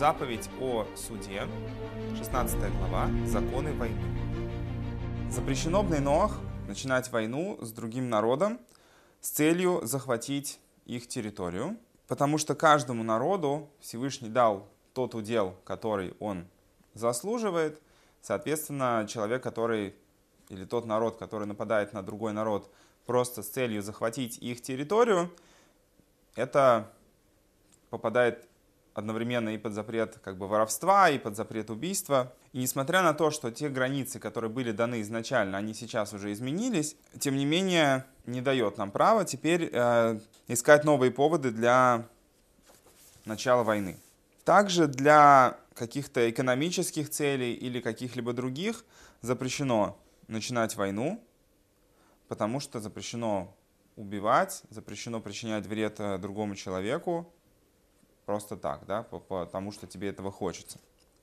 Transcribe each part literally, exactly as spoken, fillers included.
Заповедь о суде, шестнадцатая глава, законы войны. Запрещено в Бней-Ноах начинать войну с другим народом с целью захватить их территорию, потому что каждому народу Всевышний дал тот удел, который он заслуживает. Соответственно, человек, который, или тот народ, который нападает на другой народ просто с целью захватить их территорию, это попадает одновременно и под запрет как бы воровства, и под запрет убийства. И несмотря на то, что те границы, которые были даны изначально, они сейчас уже изменились, тем не менее не дает нам права теперь э, искать новые поводы для начала войны. Также для каких-то экономических целей или каких-либо других запрещено начинать войну, потому что запрещено убивать, запрещено причинять вред другому человеку, просто так, да, потому что тебе этого хочется.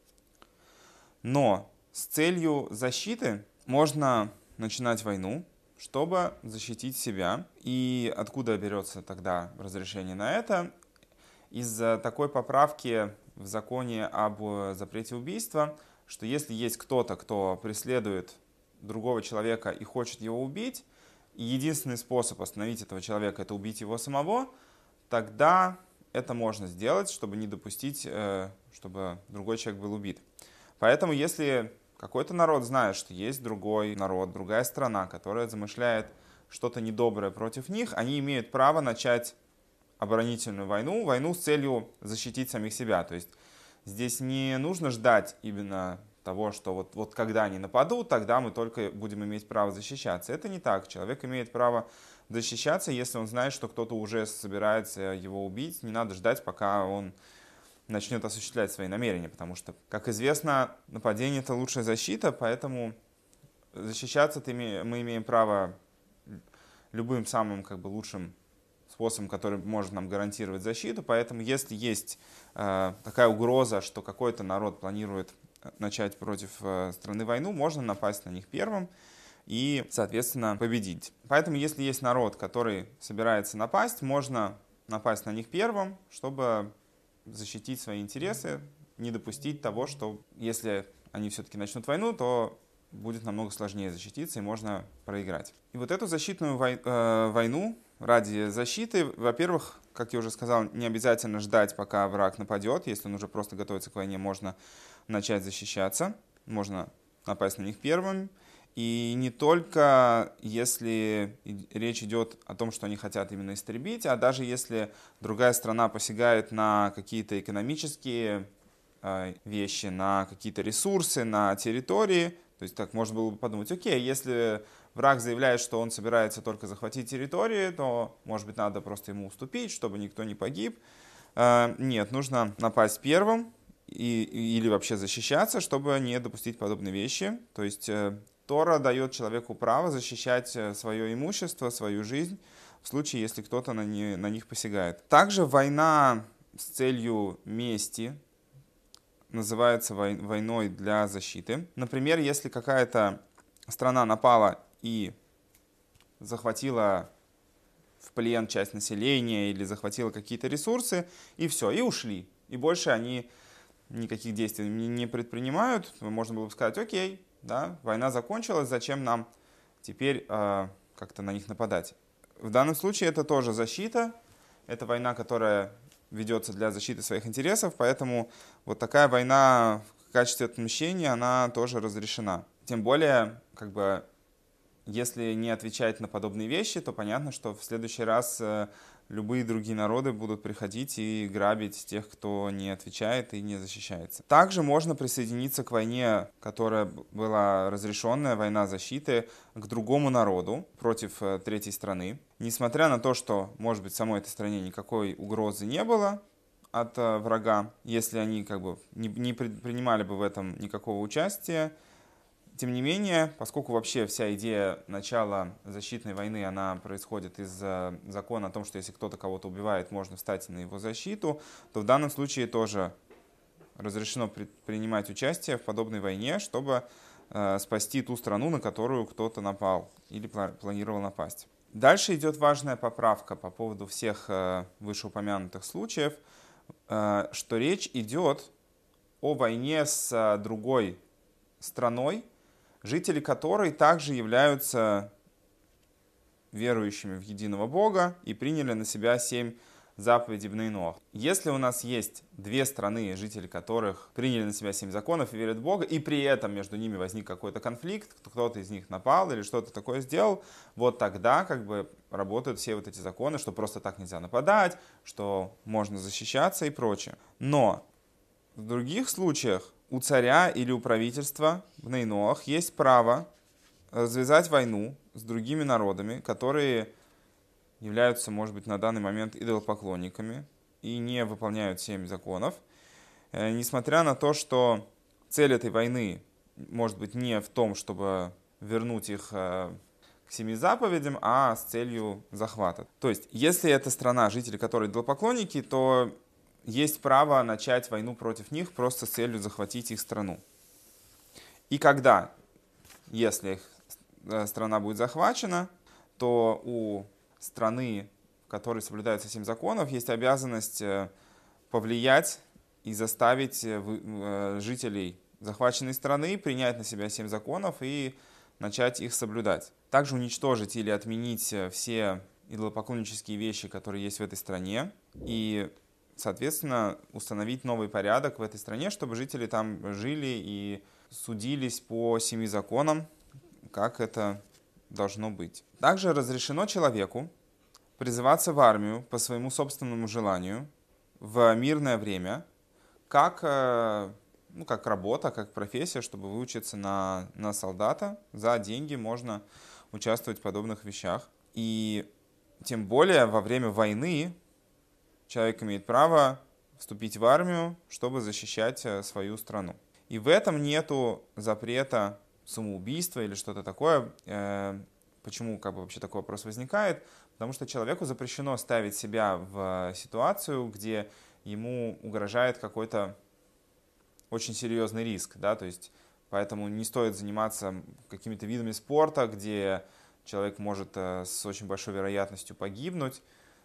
Но с целью защиты можно начинать войну, чтобы защитить себя. И откуда берется тогда разрешение на это? Из-за такой поправки в законе об запрете убийства, что если есть кто-то, кто преследует другого человека и хочет его убить, и единственный способ остановить этого человека — это убить его самого, тогда это можно сделать, чтобы не допустить, чтобы другой человек был убит. Поэтому, если какой-то народ знает, что есть другой народ, другая страна, которая замышляет что-то недоброе против них, они имеют право начать оборонительную войну, войну с целью защитить самих себя. То есть здесь не нужно ждать именно того, что вот, вот когда они нападут, тогда мы только будем иметь право защищаться. Это не так. Человек имеет право защищаться, если он знает, что кто-то уже собирается его убить. Не надо ждать, пока он начнет осуществлять свои намерения, потому что, как известно, нападение — это лучшая защита, поэтому защищаться мы имеем право любым самым как бы лучшим способом, который может нам гарантировать защиту. Поэтому, если есть э, такая угроза, что какой-то народ планирует начать против э, страны войну, можно напасть на них первым и, соответственно, победить. Поэтому, если есть народ, который собирается напасть, можно напасть на них первым, чтобы защитить свои интересы, не допустить того, что если они все-таки начнут войну, то будет намного сложнее защититься и можно проиграть. И вот эту защитную вой- э, войну ради защиты, во-первых, как я уже сказал, не обязательно ждать, пока враг нападет. Если он уже просто готовится к войне, можно начать защищаться, можно напасть на них первым. И не только если речь идет о том, что они хотят именно истребить, а даже если другая страна посягает на какие-то экономические э, вещи, на какие-то ресурсы, на территории. То есть так можно было бы подумать: окей, если враг заявляет, что он собирается только захватить территории, то, может быть, надо просто ему уступить, чтобы никто не погиб. Э, нет, нужно напасть первым и, или вообще защищаться, чтобы не допустить подобные вещи. То есть э, Тора дает человеку право защищать свое имущество, свою жизнь, в случае, если кто-то на, не, на них посягает. Также война с целью мести называется вой, войной для защиты. Например, если какая-то страна напала и захватила в плен часть населения или захватила какие-то ресурсы, и все, и ушли. И больше они никаких действий не предпринимают, можно было бы сказать: окей, да, война закончилась, зачем нам теперь э, как-то на них нападать? В данном случае это тоже защита, это война, которая ведется для защиты своих интересов, поэтому вот такая война в качестве отмщения, она тоже разрешена. Тем более, как бы, если не отвечать на подобные вещи, то понятно, что в следующий раз э, любые другие народы будут приходить и грабить тех, кто не отвечает и не защищается. Также можно присоединиться к войне, которая была разрешенная, война защиты, к другому народу против э, третьей страны. Несмотря на то, что, может быть, в самой этой стране никакой угрозы не было от э, врага, если они как бы не, не принимали бы в этом никакого участия. Тем не менее, поскольку вообще вся идея начала защитной войны, она происходит из закона о том, что если кто-то кого-то убивает, можно встать на его защиту, то в данном случае тоже разрешено при, принимать участие в подобной войне, чтобы э, спасти ту страну, на которую кто-то напал или планировал напасть. Дальше идет важная поправка по поводу всех э, вышеупомянутых случаев, э, что речь идет о войне с другой страной, жители которой также являются верующими в единого Бога и приняли на себя семь заповедей Бней Ноах. Если у нас есть две страны, жители которых приняли на себя семь законов и верят в Бога, и при этом между ними возник какой-то конфликт, кто-то из них напал или что-то такое сделал, вот тогда как бы работают все вот эти законы, что просто так нельзя нападать, что можно защищаться и прочее. Но в других случаях у царя или у правительства Бней Ноах есть право развязать войну с другими народами, которые являются, может быть, на данный момент идолопоклонниками и не выполняют семь законов, несмотря на то, что цель этой войны может быть не в том, чтобы вернуть их к семи заповедям, а с целью захвата. То есть, если эта страна, жители которой идолопоклонники, то есть право начать войну против них просто с целью захватить их страну. И когда, если их страна будет захвачена, то у страны, в которой соблюдаются семь законов, есть обязанность повлиять и заставить жителей захваченной страны принять на себя семь законов и начать их соблюдать. Также уничтожить или отменить все идолопоклоннические вещи, которые есть в этой стране, и, соответственно, установить новый порядок в этой стране, чтобы жители там жили и судились по семи законам, как это должно быть. Также разрешено человеку призываться в армию по своему собственному желанию в мирное время, как, ну, как работа, как профессия, чтобы выучиться на, на солдата. За деньги можно участвовать в подобных вещах. И тем более во время войны человек имеет право вступить в армию, чтобы защищать свою страну. И в этом нету запрета самоубийства или что-то такое. Почему как бы вообще такой вопрос возникает? Потому что человеку запрещено ставить себя в ситуацию, где ему угрожает какой-то очень серьезный риск, да, то есть поэтому не стоит заниматься какими-то видами спорта, где человек может с очень большой вероятностью погибнуть.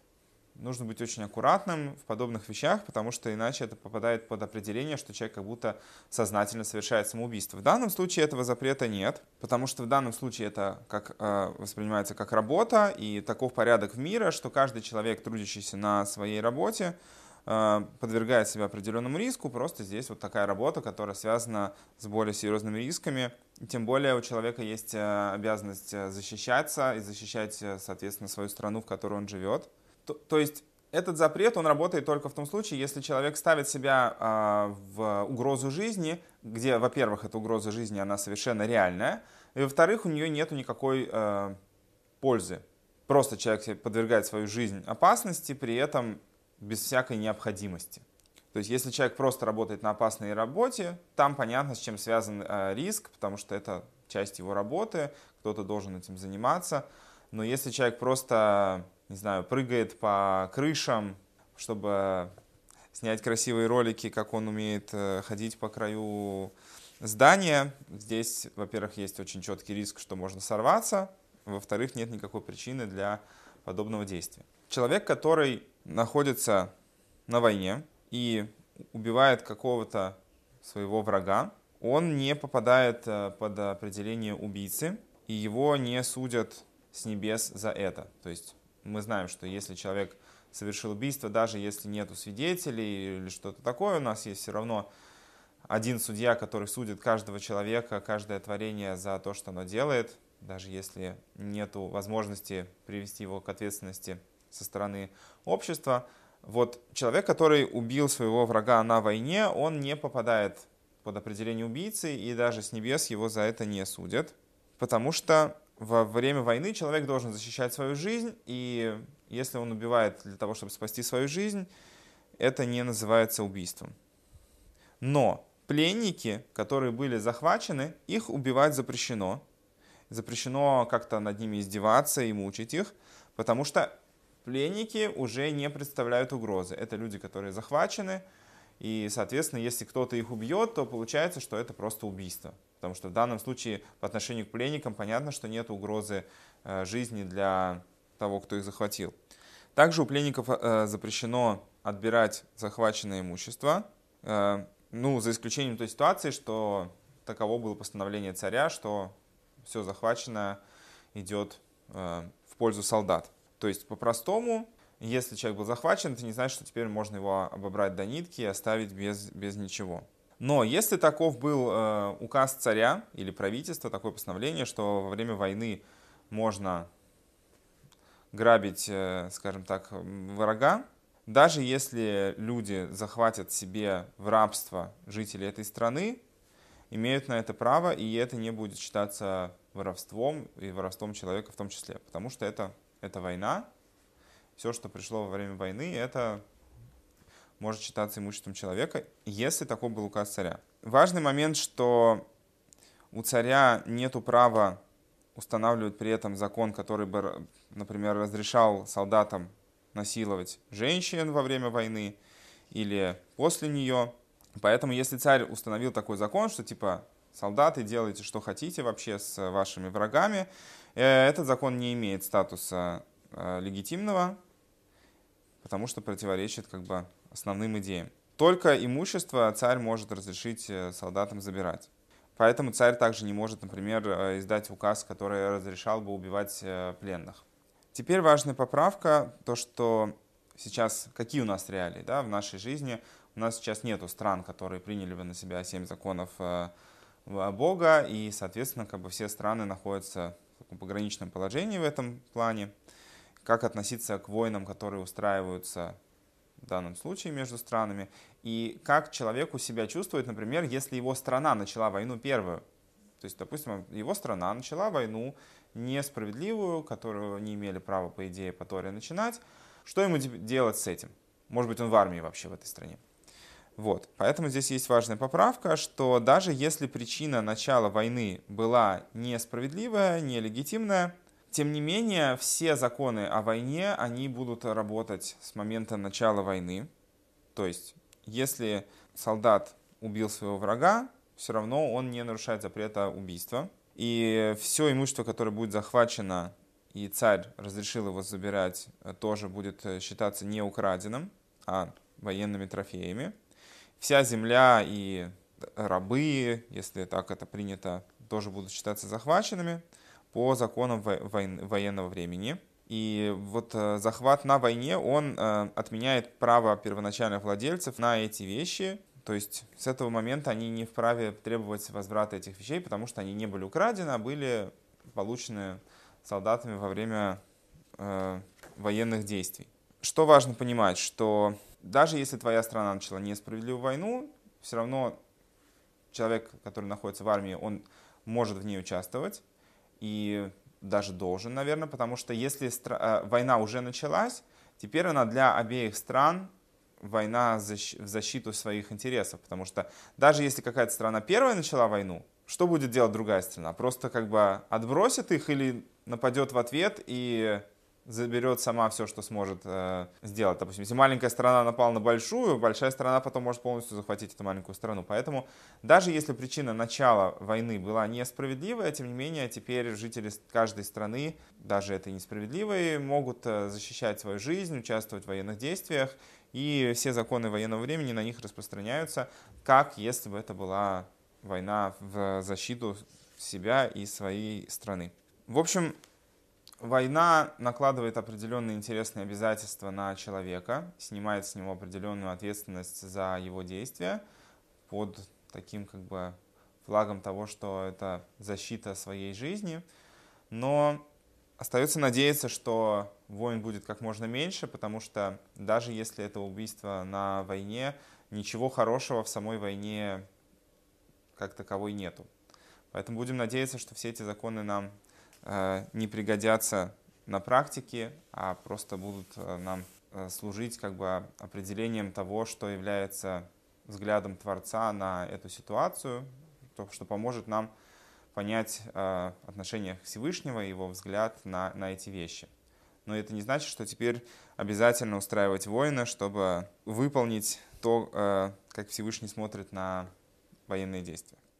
Нужно быть очень аккуратным в подобных вещах, потому что иначе это попадает под определение, что человек как будто сознательно совершает самоубийство. В данном случае этого запрета нет, потому что в данном случае это как, э, воспринимается как работа, и таков порядок в мире, что каждый человек, трудящийся на своей работе, э, подвергает себя определенному риску. Просто здесь вот такая работа, которая связана с более серьезными рисками. И тем более у человека есть обязанность защищаться и защищать, соответственно, свою страну, в которой он живет. То, то есть этот запрет, он работает только в том случае, если человек ставит себя э, в угрозу жизни, где, во-первых, эта угроза жизни, она совершенно реальная, и, во-вторых, у нее нет никакой э, пользы. Просто человек подвергает свою жизнь опасности, при этом без всякой необходимости. То есть если человек просто работает на опасной работе, там понятно, с чем связан э, риск, потому что это часть его работы, кто-то должен этим заниматься. Но если человек просто, не знаю, прыгает по крышам, чтобы снять красивые ролики, как он умеет ходить по краю здания, здесь, во-первых, есть очень четкий риск, что можно сорваться, во-вторых, нет никакой причины для подобного действия. Человек, который находится на войне и убивает какого-то своего врага, он не попадает под определение убийцы, и его не судят с небес за это. То есть мы знаем, что если человек совершил убийство, даже если нету свидетелей или что-то такое, у нас есть все равно один судья, который судит каждого человека, каждое творение за то, что оно делает, даже если нету возможности привести его к ответственности со стороны общества. Вот человек, который убил своего врага на войне, он не попадает под определение убийцы, и даже с небес его за это не судят, потому что во время войны человек должен защищать свою жизнь, и если он убивает для того, чтобы спасти свою жизнь, это не называется убийством. Но пленники, которые были захвачены, их убивать запрещено. Запрещено как-то над ними издеваться и мучить их, потому что пленники уже не представляют угрозы. Это люди, которые захвачены, и, соответственно, если кто-то их убьет, то получается, что это просто убийство. Потому что в данном случае по отношению к пленникам понятно, что нет угрозы жизни для того, кто их захватил. Также у пленников запрещено отбирать захваченное имущество. Ну, за исключением той ситуации, что таково было постановление царя, что все захваченное идет э, в пользу солдат. То есть, по-простому, если человек был захвачен, это не значит, что теперь можно его обобрать до нитки и оставить без, без ничего. Но если таков был э, указ царя или правительства, такое постановление, что во время войны можно грабить, э, скажем так, врага, даже если люди захватят себе в рабство жителей этой страны, имеют на это право, и это не будет считаться воровством, и воровством человека в том числе, потому что это, это война. Все, что пришло во время войны, это может считаться имуществом человека, если такой был указ царя. Важный момент, что у царя нет права устанавливать при этом закон, который бы, например, разрешал солдатам насиловать женщин во время войны или после нее. Поэтому, если царь установил такой закон, что типа солдаты, делайте, что хотите вообще с вашими врагами, этот закон не имеет статуса легитимного, потому что противоречит как бы основным идеям. Только имущество царь может разрешить солдатам забирать. Поэтому царь также не может, например, издать указ, который разрешал бы убивать пленных. Теперь важная поправка, то, что сейчас, какие у нас реалии, да, в нашей жизни. У нас сейчас нету стран, которые приняли бы на себя семь законов Бога, и, соответственно, как бы все страны находятся в таком пограничном положении в этом плане. Как относиться к войнам, которые устраиваются в данном случае между странами, и как человеку себя чувствует, например, если его страна начала войну первую. То есть, допустим, его страна начала войну несправедливую, которую не имели права, по идее, по Торе начинать. Что ему делать с этим? Может быть, он в армии вообще в этой стране. Вот. Поэтому здесь есть важная поправка, что даже если причина начала войны была несправедливая, нелегитимная, тем не менее, все законы о войне, они будут работать с момента начала войны. То есть, если солдат убил своего врага, все равно он не нарушает запрета убийства. И все имущество, которое будет захвачено, и царь разрешил его забирать, тоже будет считаться не украденным, а военными трофеями. Вся земля и рабы, если так это принято, тоже будут считаться захваченными по законам военного времени. И вот захват на войне, он отменяет право первоначальных владельцев на эти вещи. То есть с этого момента они не вправе требовать возврата этих вещей, потому что они не были украдены, а были получены солдатами во время э, военных действий. Что важно понимать, что даже если твоя страна начала несправедливую войну, все равно человек, который находится в армии, он может в ней участвовать и даже должен, наверное, потому что если стра- э, война уже началась, теперь она для обеих стран война в защиту своих интересов, потому что даже если какая-то страна первая начала войну, что будет делать другая страна? Просто как бы отбросит их или нападет в ответ и заберет сама все, что сможет э, сделать. Допустим, если маленькая страна напала на большую, большая страна потом может полностью захватить эту маленькую страну. Поэтому даже если причина начала войны была несправедливая, тем не менее теперь жители каждой страны, даже этой несправедливой, могут защищать свою жизнь, участвовать в военных действиях, и все законы военного времени на них распространяются, как если бы это была война в защиту себя и своей страны. В общем, война накладывает определенные интересные обязательства на человека, снимает с него определенную ответственность за его действия под таким как бы флагом того, что это защита своей жизни. Но остается надеяться, что войн будет как можно меньше, потому что даже если это убийство на войне, ничего хорошего в самой войне как таковой нету. Поэтому будем надеяться, что все эти законы нам э, не пригодятся на практике, а просто будут э, нам э, служить как бы определением того, что является взглядом Творца на эту ситуацию, то, что поможет нам понять э, отношение Всевышнего и его взгляд на, на эти вещи. Но это не значит, что теперь обязательно устраивать войны, чтобы выполнить то, э, как Всевышний смотрит на военные действия.